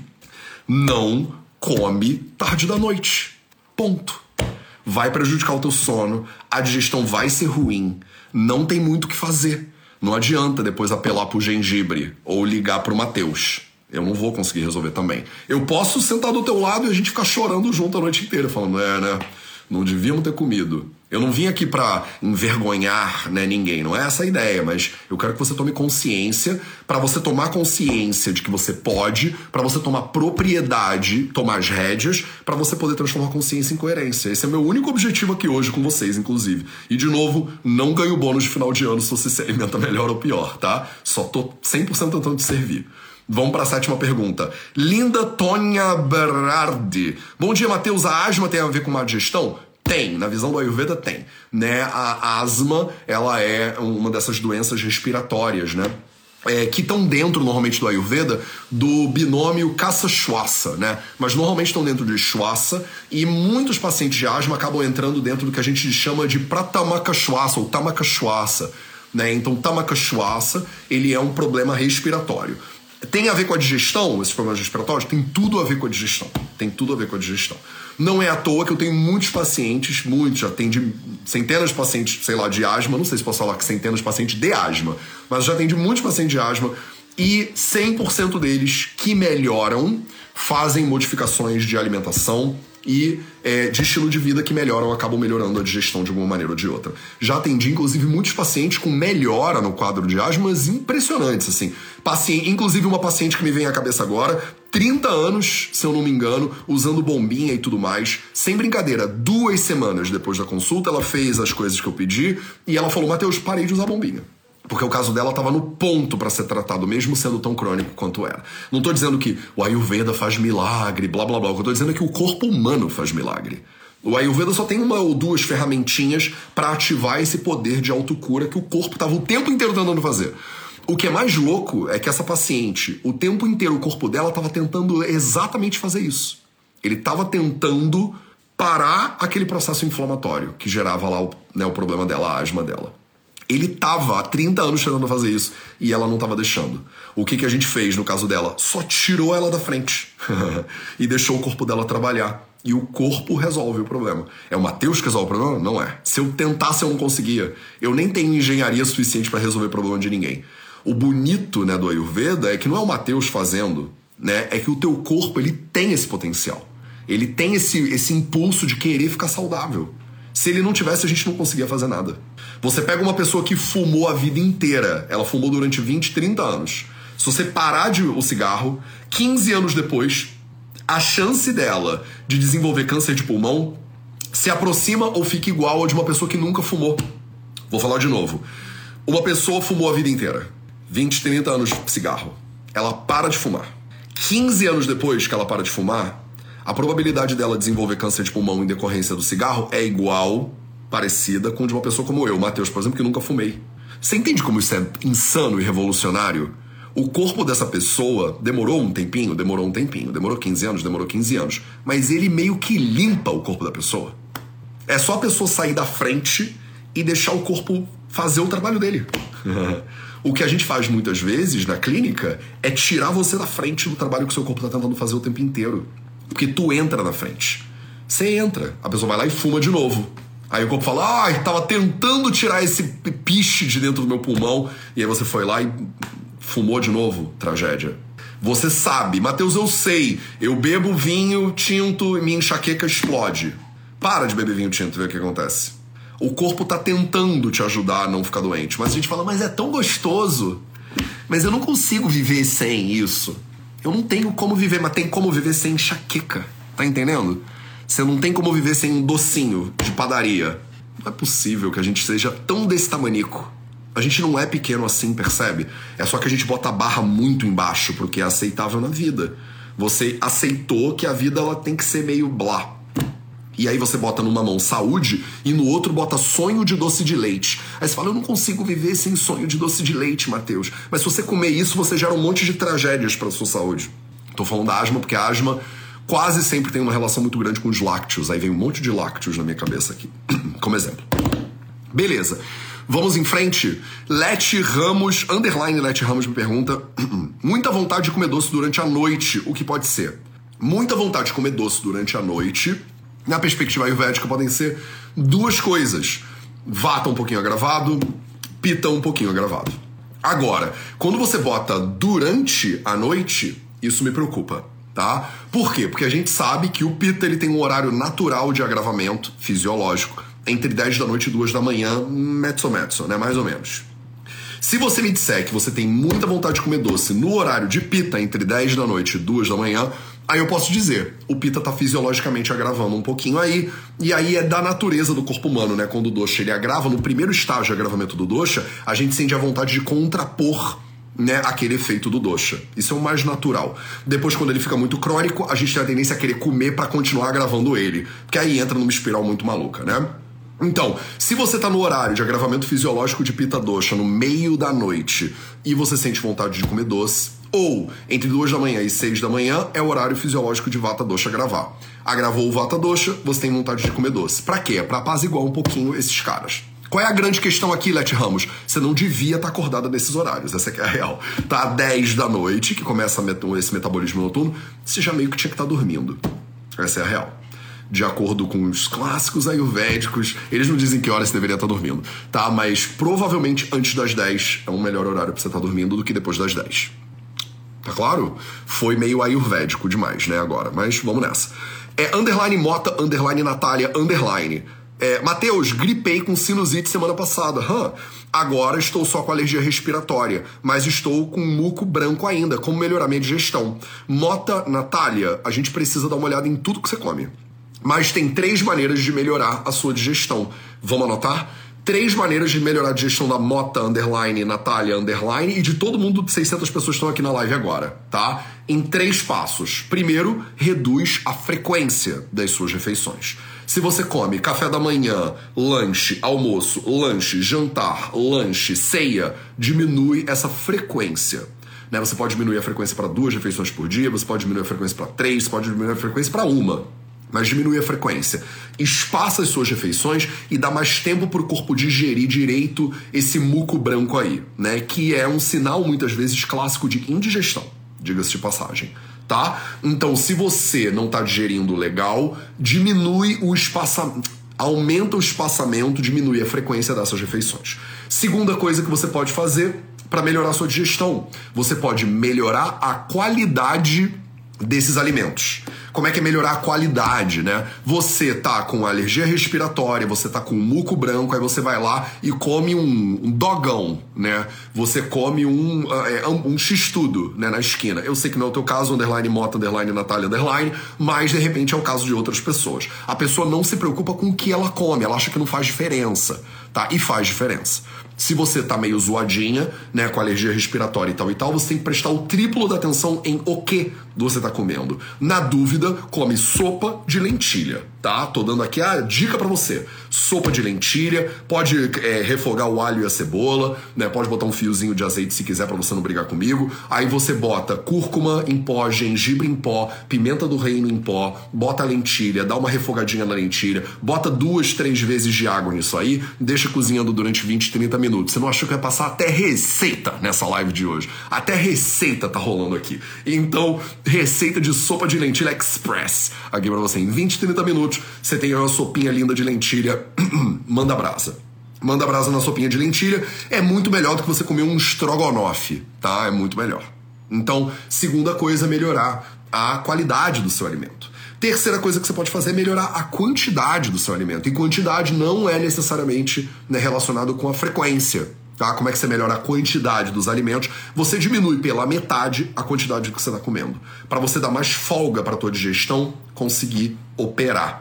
Não come tarde da noite. Ponto. Vai prejudicar o teu sono, a digestão vai ser ruim, não tem muito o que fazer. Não adianta depois apelar pro gengibre ou ligar pro Matheus. Eu não vou conseguir resolver também. Eu posso sentar do teu lado e a gente ficar chorando junto a noite inteira, falando, é, né? Não devíamos ter comido. Eu não vim aqui pra envergonhar, né, ninguém, não é essa a ideia, mas eu quero que você tome consciência, pra você tomar consciência de que você pode, pra você tomar propriedade, tomar as rédeas, pra você poder transformar a consciência em coerência. Esse é o meu único objetivo aqui hoje com vocês, inclusive. E, de novo, não ganho bônus de final de ano se você se alimenta melhor ou pior, tá? Só tô cem por cento tentando te servir. Vamos para a sétima pergunta. Linda Tonya Berardi. Bom dia, Matheus. A asma tem a ver com má digestão? Tem, na visão do Ayurveda tem, né? A asma, ela é uma dessas doenças respiratórias, né? É, que estão dentro, normalmente, do Ayurveda, do binômio Kasa-Shwasa, né? Mas normalmente estão dentro de Shwasa, e muitos pacientes de asma acabam entrando dentro do que a gente chama de Pratamaka-Shwasa ou Tamaka-Shwasa, né? Então, Tamaka-Shwasa, ele é um problema respiratório. Tem a ver com a digestão, esses problemas respiratórios? Tem tudo a ver com a digestão. Tem tudo a ver com a digestão. Não é à toa que eu tenho muitos pacientes, muitos, já atendi centenas de pacientes, sei lá, de asma, não sei se posso falar que centenas de pacientes de asma, mas já atendi muitos pacientes de asma e cem por cento deles que melhoram fazem modificações de alimentação e é, de estilo de vida que melhoram, acabam melhorando a digestão de alguma maneira ou de outra. Já atendi, inclusive, muitos pacientes com melhora no quadro de asmas impressionantes, assim. Paciente, inclusive, uma paciente que me vem à cabeça agora, trinta anos, se eu não me engano, usando bombinha e tudo mais, sem brincadeira, duas semanas depois da consulta, ela fez as coisas que eu pedi e ela falou, Matheus, parei de usar bombinha. Porque o caso dela estava no ponto para ser tratado, mesmo sendo tão crônico quanto era. Não estou dizendo que o Ayurveda faz milagre, blá blá blá. O que eu estou dizendo é que o corpo humano faz milagre. O Ayurveda só tem uma ou duas ferramentinhas para ativar esse poder de autocura que o corpo estava o tempo inteiro tentando fazer. O que é mais louco é que essa paciente, o tempo inteiro o corpo dela estava tentando exatamente fazer isso. Ele estava tentando parar aquele processo inflamatório que gerava lá o, né, o problema dela, a asma dela. Ele tava há trinta anos tentando fazer isso e ela não tava deixando. O que, que a gente fez no caso dela? Só tirou ela da frente e deixou o corpo dela trabalhar. E o corpo resolve o problema. É o Matheus que resolve o problema? Não é. Se eu tentasse, eu não conseguia. Eu nem tenho engenharia suficiente para resolver o problema de ninguém. O bonito, né, do Ayurveda é que não é o Matheus fazendo, né? É que o teu corpo, ele tem esse potencial. Ele tem esse, esse impulso de querer ficar saudável. Se ele não tivesse, a gente não conseguia fazer nada. Você pega uma pessoa que fumou a vida inteira, ela fumou durante vinte, trinta anos. Se você parar de o cigarro, quinze anos depois, a chance dela de desenvolver câncer de pulmão se aproxima ou fica igual ao de uma pessoa que nunca fumou. Vou falar de novo. Uma pessoa fumou a vida inteira, vinte, trinta anos de cigarro. Ela para de fumar. quinze anos depois que ela para de fumar, a probabilidade dela desenvolver câncer de pulmão em decorrência do cigarro é igual, parecida com de uma pessoa como eu, Matheus, por exemplo, que nunca fumei. Você entende como isso é insano e revolucionário? O corpo dessa pessoa demorou um tempinho, demorou um tempinho, demorou quinze anos, demorou quinze anos, mas ele meio que limpa o corpo da pessoa. É só a pessoa sair da frente e deixar o corpo fazer o trabalho dele. O que a gente faz muitas vezes na clínica é tirar você da frente do trabalho que o seu corpo está tentando fazer o tempo inteiro. Porque tu entra na frente. Você entra, a pessoa vai lá e fuma de novo. Aí o corpo fala, ai, tava tentando tirar esse piche de dentro do meu pulmão. E aí você foi lá e fumou de novo. Tragédia. Você sabe, Matheus, eu sei, eu bebo vinho tinto e minha enxaqueca explode. Para de beber vinho tinto e ver o que acontece. O corpo tá tentando te ajudar a não ficar doente. Mas a gente fala, mas é tão gostoso. Mas eu não consigo viver sem isso. Eu não tenho como viver, mas tem como viver sem enxaqueca. Tá entendendo? Você não tem como viver sem um docinho de padaria. Não é possível que a gente seja tão desse tamanico. A gente não é pequeno assim, percebe? É só que a gente bota a barra muito embaixo pro que é aceitável na vida. Você aceitou que a vida ela tem que ser meio blá. E aí você bota numa mão saúde e no outro bota sonho de doce de leite. Aí você fala, eu não consigo viver sem sonho de doce de leite, Matheus. Mas se você comer isso, você gera um monte de tragédias para sua saúde. Tô falando da asma porque a asma quase sempre tem uma relação muito grande com os lácteos. Aí vem um monte de lácteos na minha cabeça aqui, como exemplo. Beleza. Vamos em frente. Leti Ramos, underline Leti Ramos me pergunta, muita vontade de comer doce durante a noite, o que pode ser? Muita vontade de comer doce durante a noite... Na perspectiva ayurvédica podem ser duas coisas. Vata um pouquinho agravado, Pitta um pouquinho agravado. Agora, quando você bota durante a noite, isso me preocupa. tá? Por quê? Porque a gente sabe que o Pitta ele tem um horário natural de agravamento fisiológico entre dez da noite e duas da manhã, mezzo mezzo, né? Mais ou menos. Se você me disser que você tem muita vontade de comer doce no horário de Pitta entre dez da noite e duas da manhã, aí eu posso dizer, o Pitta tá fisiologicamente agravando um pouquinho aí, e aí é da natureza do corpo humano, né? Quando o dosha ele agrava, no primeiro estágio de agravamento do dosha, a gente sente a vontade de contrapor, né, aquele efeito do dosha. Isso é o mais natural. Depois, quando ele fica muito crônico, a gente tem a tendência a querer comer pra continuar agravando ele, porque aí entra numa espiral muito maluca, né? Então, se você tá no horário de agravamento fisiológico de Pitta dosha no meio da noite e você sente vontade de comer doce, ou entre duas da manhã e seis da manhã é o horário fisiológico de Vata dosha agravar. Agravou o Vata dosha, você tem vontade de comer doce. Pra quê? É pra apaziguar um pouquinho esses caras. Qual é a grande questão aqui, Leti Ramos? Você não devia estar acordada nesses horários, essa aqui é a real. Tá dez da noite, que começa esse metabolismo noturno, você já meio que tinha que estar dormindo. Essa é a real. De acordo com os clássicos ayurvédicos, eles não dizem que horas você deveria estar dormindo, tá? Mas provavelmente antes das dez é um melhor horário pra você estar dormindo do que depois das dez. Tá claro? Foi meio ayurvédico demais, né, agora. Mas vamos nessa. É underline Mota, underline Natália, underline. É, Matheus, gripei com sinusite semana passada. Hum, agora estou só com alergia respiratória, mas estou com muco branco ainda. Como melhorar minha digestão? Mota, Natália, a gente precisa dar uma olhada em tudo que você come. Mas tem três maneiras de melhorar a sua digestão. Vamos anotar? Três maneiras de melhorar a digestão da Mota, underline, Natália, underline, e de todo mundo, de seiscentas pessoas que estão aqui na live agora, tá? Em três passos. Primeiro, reduz a frequência das suas refeições. Se você come café da manhã, lanche, almoço, lanche, jantar, lanche, ceia, diminui essa frequência. Né? Você pode diminuir a frequência para duas refeições por dia, você pode diminuir a frequência para três, você pode diminuir a frequência para uma. Mas diminui a frequência. Espaça as suas refeições e dá mais tempo pro corpo digerir direito esse muco branco aí, né? Que é um sinal, muitas vezes, clássico de indigestão, diga-se de passagem, tá? Então, se você não tá digerindo legal, diminui o espaçamento, aumenta o espaçamento, diminui a frequência dessas refeições. Segunda coisa que você pode fazer para melhorar a sua digestão, você pode melhorar a qualidade desses alimentos. Como é que é melhorar a qualidade, né? Você tá com alergia respiratória, você tá com muco branco, aí você vai lá e come um, um dogão, né? Você come um, é, um x-tudo, né, na esquina. Eu sei que não é o teu caso, underline Mota, underline Natália, underline, mas de repente é o caso de outras pessoas. A pessoa não se preocupa com o que ela come, ela acha que não faz diferença, tá? E faz diferença. Se você tá meio zoadinha, né, com alergia respiratória e tal e tal, você tem que prestar o triplo da atenção em o que você tá comendo. Na dúvida, come sopa de lentilha, tá? Tô dando aqui a dica pra você. Sopa de lentilha, pode é, refogar o alho e a cebola, né? Pode botar um fiozinho de azeite se quiser pra você não brigar comigo. Aí você bota cúrcuma em pó, gengibre em pó, pimenta do reino em pó, bota a lentilha, dá uma refogadinha na lentilha, bota duas, três vezes de água nisso aí, deixa cozinhando durante vinte, trinta minutos. Você não achou que ia passar até receita nessa live de hoje? Até receita tá rolando aqui. Então, receita de sopa de lentilha express aqui pra você. Em vinte, trinta minutos, você tem uma sopinha linda de lentilha. Manda brasa. Manda brasa na sopinha de lentilha. É muito melhor do que você comer um estrogonofe, tá? É muito melhor. Então, segunda coisa é melhorar a qualidade do seu alimento. Terceira coisa que você pode fazer é melhorar a quantidade do seu alimento. E quantidade não é necessariamente, né, relacionado com a frequência. Tá? Como é que você melhora a quantidade dos alimentos? Você diminui pela metade a quantidade que você está comendo, para você dar mais folga para a tua digestão conseguir operar.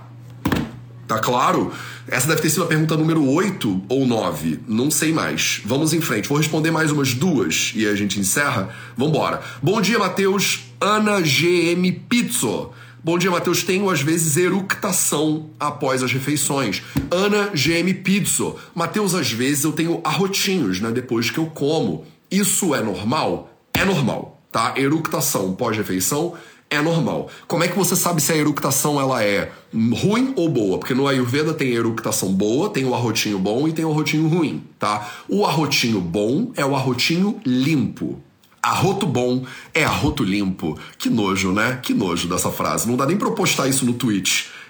Tá claro? Essa deve ter sido a pergunta número oito ou nove, não sei mais. Vamos em frente, vou responder mais umas duas e a gente encerra. Vambora. Bom dia, Matheus. Ana G M Pizzo. Bom dia, Matheus. Tenho, às vezes, eructação após as refeições. Ana G M Pizzo. Matheus, às vezes eu tenho arrotinhos, né, depois que eu como. Isso é normal? É normal, tá? Eructação pós-refeição é normal. Como é que você sabe se a eructação ela é ruim ou boa? Porque no Ayurveda tem a eructação boa, tem o arrotinho bom e tem o arrotinho ruim, tá? O arrotinho bom é o arrotinho limpo. Arroto bom é arroto limpo. Que nojo, né? Que nojo dessa frase. Não dá nem pra eu postar isso no Twitch.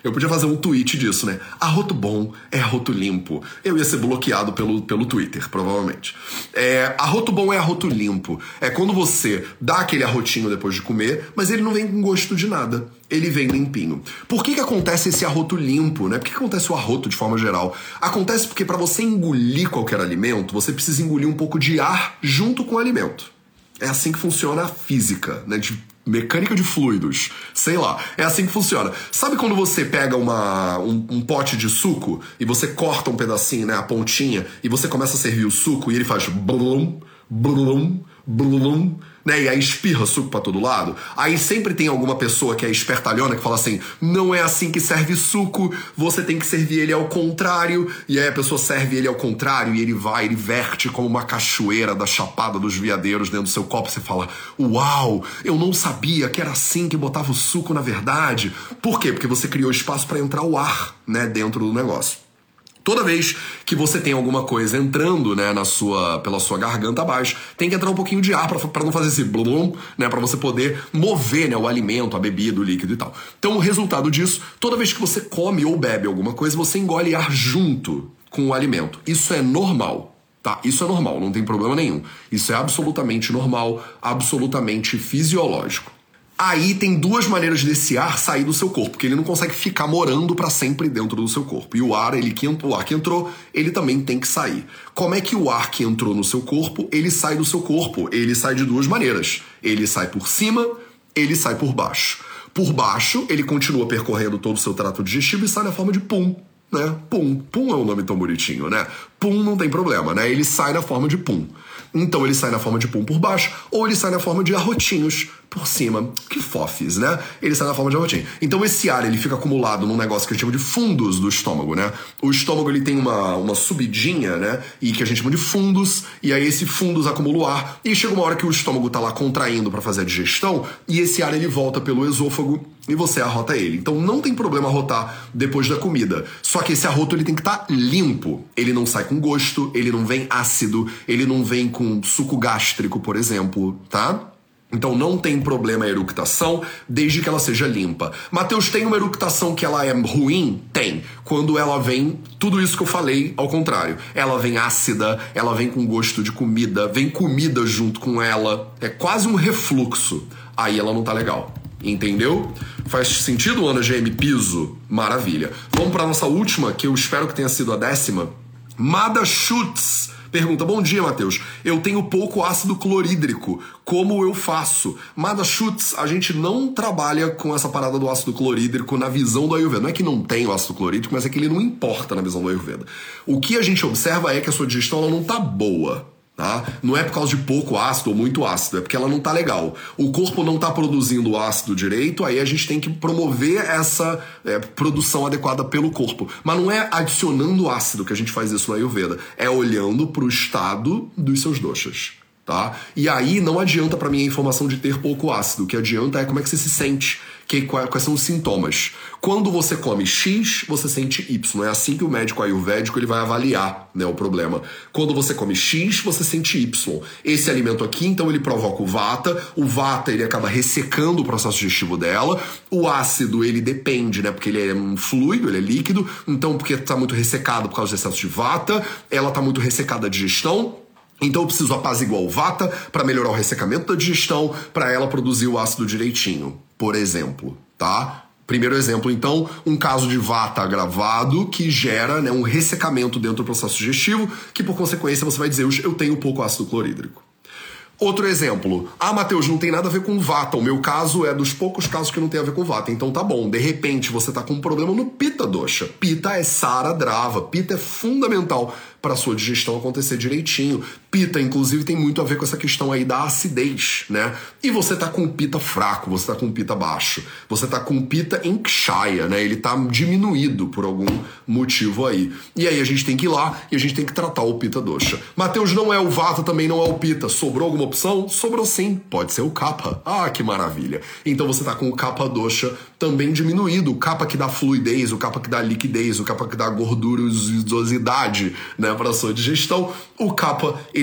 Eu podia fazer um tweet disso, né? Arroto bom é arroto limpo. Eu ia ser bloqueado pelo, pelo Twitter, provavelmente. É, arroto bom é arroto limpo. É quando você dá aquele arrotinho depois de comer, mas ele não vem com gosto de nada. Ele vem limpinho. Por que que acontece esse arroto limpo, né? Por que que acontece o arroto de forma geral? Acontece porque para você engolir qualquer alimento, você precisa engolir um pouco de ar junto com o alimento. É assim que funciona a física, né? De mecânica de fluidos, sei lá. É assim que funciona. Sabe quando você pega uma, um, um pote de suco e você corta um pedacinho, né, a pontinha, e você começa a servir o suco e ele faz blum, blum, blum, né, e aí espirra suco pra todo lado? Aí sempre tem alguma pessoa que é espertalhona que fala assim, não é assim que serve suco, você tem que servir ele ao contrário. E aí a pessoa serve ele ao contrário e ele vai, ele verte como uma cachoeira da Chapada dos Veadeiros dentro do seu copo. Você fala, uau, eu não sabia que era assim que botava o suco na verdade. Por quê? Porque você criou espaço para entrar o ar, né, dentro do negócio. Toda vez que você tem alguma coisa entrando, né, na sua, pela sua garganta abaixo, tem que entrar um pouquinho de ar para não fazer esse blum, né, para você poder mover, né, o alimento, a bebida, o líquido e tal. Então o resultado disso, toda vez que você come ou bebe alguma coisa, você engole ar junto com o alimento. Isso é normal, tá? Isso é normal, não tem problema nenhum. Isso é absolutamente normal, absolutamente fisiológico. Aí tem duas maneiras desse ar sair do seu corpo, porque ele não consegue ficar morando pra sempre dentro do seu corpo. E o ar, ele que, o ar que entrou, ele também tem que sair. Como é que o ar que entrou no seu corpo, ele sai do seu corpo? Ele sai de duas maneiras. Ele sai por cima, ele sai por baixo. Por baixo, ele continua percorrendo todo o seu trato digestivo e sai na forma de pum, né? Pum. Pum é um nome tão bonitinho, né? Pum não tem problema, né? Ele sai na forma de pum. Então ele sai na forma de pum por baixo, ou ele sai na forma de arrotinhos por cima. Que fofes, né? Ele sai na forma de arrotinho. Então esse ar, ele fica acumulado num negócio que a gente chama de fundos do estômago, né? O estômago, ele tem uma, uma subidinha, né? E que a gente chama de fundos, e aí esse fundos acumula o ar, e chega uma hora que o estômago tá lá contraindo para fazer a digestão, e esse ar, ele volta pelo esôfago, e você arrota ele. Então não tem problema arrotar depois da comida. Só que esse arroto, ele tem que estar limpo. Ele não sai com gosto, ele não vem ácido, ele não vem com suco gástrico, por exemplo, tá? Então não tem problema a eructação, desde que ela seja limpa. Mateus, tem uma eructação que ela é ruim? Tem. Quando ela vem, tudo isso que eu falei, ao contrário. Ela vem ácida, ela vem com gosto de comida, vem comida junto com ela. É quase um refluxo. Aí ela não tá legal. Entendeu? Faz sentido, Ana G M Piso? Maravilha. Vamos para nossa última, que eu espero que tenha sido a décima. Mada Schutz pergunta, bom dia, Matheus. Eu tenho pouco ácido clorídrico. Como eu faço? Mada Schutz, a gente não trabalha com essa parada do ácido clorídrico na visão do Ayurveda. Não é que não tem o ácido clorídrico, mas é que ele não importa na visão do Ayurveda. O que a gente observa é que a sua digestão ela não tá boa. Tá? Não é por causa de pouco ácido ou muito ácido, é porque ela não tá legal. O corpo não tá produzindo ácido direito, aí a gente tem que promover essa é, produção adequada pelo corpo. Mas não é adicionando ácido que a gente faz isso no Ayurveda, é olhando pro estado dos seus doshas. Tá? E aí não adianta pra mim a informação de ter pouco ácido, o que adianta é como é que você se sente, que, quais são os sintomas. Quando você come X, você sente Y. É assim que o médico ayurvédico ele vai avaliar, né, o problema. Quando você come X, você sente Y. Esse alimento aqui, então, ele provoca o vata. O vata, ele acaba ressecando o processo digestivo dela. O ácido, ele depende, né, porque ele é um fluido, ele é líquido. Então, porque tá muito ressecado por causa do excesso de vata, ela tá muito ressecada a digestão. Então eu preciso apaziguar o vata para melhorar o ressecamento da digestão, para ela produzir o ácido direitinho, por exemplo, tá? Primeiro exemplo, então, um caso de vata agravado que gera, né, um ressecamento dentro do processo digestivo, que por consequência você vai dizer, eu tenho pouco ácido clorídrico. Outro exemplo, ah, Matheus, não tem nada a ver com vata, o meu caso é dos poucos casos que não tem a ver com vata, então tá bom, de repente você tá com um problema no Pitta dosha. Pitta é sara drava, Pitta é fundamental para a sua digestão acontecer direitinho. Pitta, inclusive, tem muito a ver com essa questão aí da acidez, né? E você tá com Pitta fraco, você tá com Pitta baixo, você tá com Pitta em kshaya, né? Ele tá diminuído por algum motivo aí. E aí a gente tem que ir lá e a gente tem que tratar o Pitta dosha. Mateus, não é o vata, também não é o Pitta. Sobrou alguma opção? Sobrou sim. Pode ser o kapha. Ah, que maravilha. Então você tá com o kapha dosha também diminuído. O kapha que dá fluidez, o kapha que dá liquidez, o kapha que dá gordurosidade, né, para a sua digestão. O kapha, ele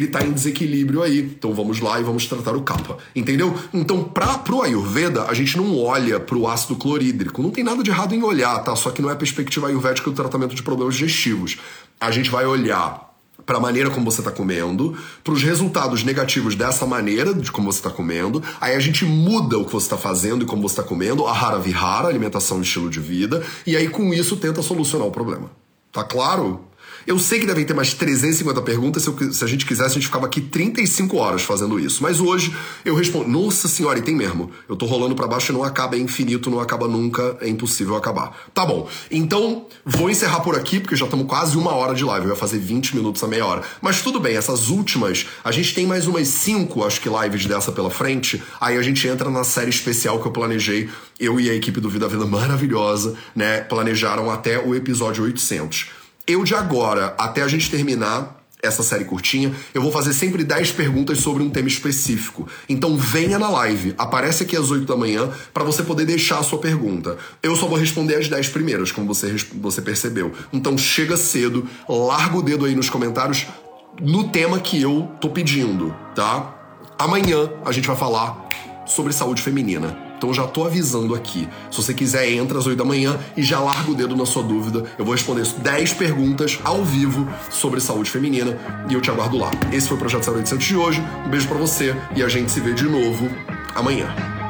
ele tá em desequilíbrio aí. Então vamos lá e vamos tratar o kapha, entendeu? Então pra, pro Ayurveda, a gente não olha pro ácido clorídrico. Não tem nada de errado em olhar, tá? Só que não é a perspectiva ayurvédica do tratamento de problemas digestivos. A gente vai olhar para a maneira como você está comendo, para os resultados negativos dessa maneira de como você está comendo, aí a gente muda o que você está fazendo e como você está comendo, ahara vihara, alimentação e estilo de vida, e aí com isso tenta solucionar o problema. Tá claro? Eu sei que devem ter mais trezentas e cinquenta perguntas, se, eu, se a gente quisesse a gente ficava aqui trinta e cinco horas fazendo isso, mas hoje eu respondo, nossa senhora, e tem mesmo, eu tô rolando pra baixo e não acaba, é infinito, não acaba nunca, é impossível acabar. Tá bom, então vou encerrar por aqui, porque já estamos quase uma hora de live, eu ia fazer vinte minutos a meia hora, mas tudo bem, essas últimas, a gente tem mais umas cinco, acho que lives dessa pela frente, aí a gente entra na série especial que eu planejei, eu e a equipe do Vida Vida maravilhosa, né, planejaram até o episódio oitocentos. Eu de agora, até a gente terminar essa série curtinha, eu vou fazer sempre dez perguntas sobre um tema específico. Então venha na live, aparece aqui às oito da manhã para você poder deixar a sua pergunta. Eu só vou responder as dez primeiras, como você, você percebeu. Então chega cedo, larga o dedo aí nos comentários no tema que eu tô pedindo, tá? Amanhã a gente vai falar sobre saúde feminina. Então já tô avisando aqui. Se você quiser, entra às oito da manhã e já larga o dedo na sua dúvida. Eu vou responder dez perguntas ao vivo sobre saúde feminina e eu te aguardo lá. Esse foi o Projeto zero oitocentos de hoje. Um beijo pra você e a gente se vê de novo amanhã.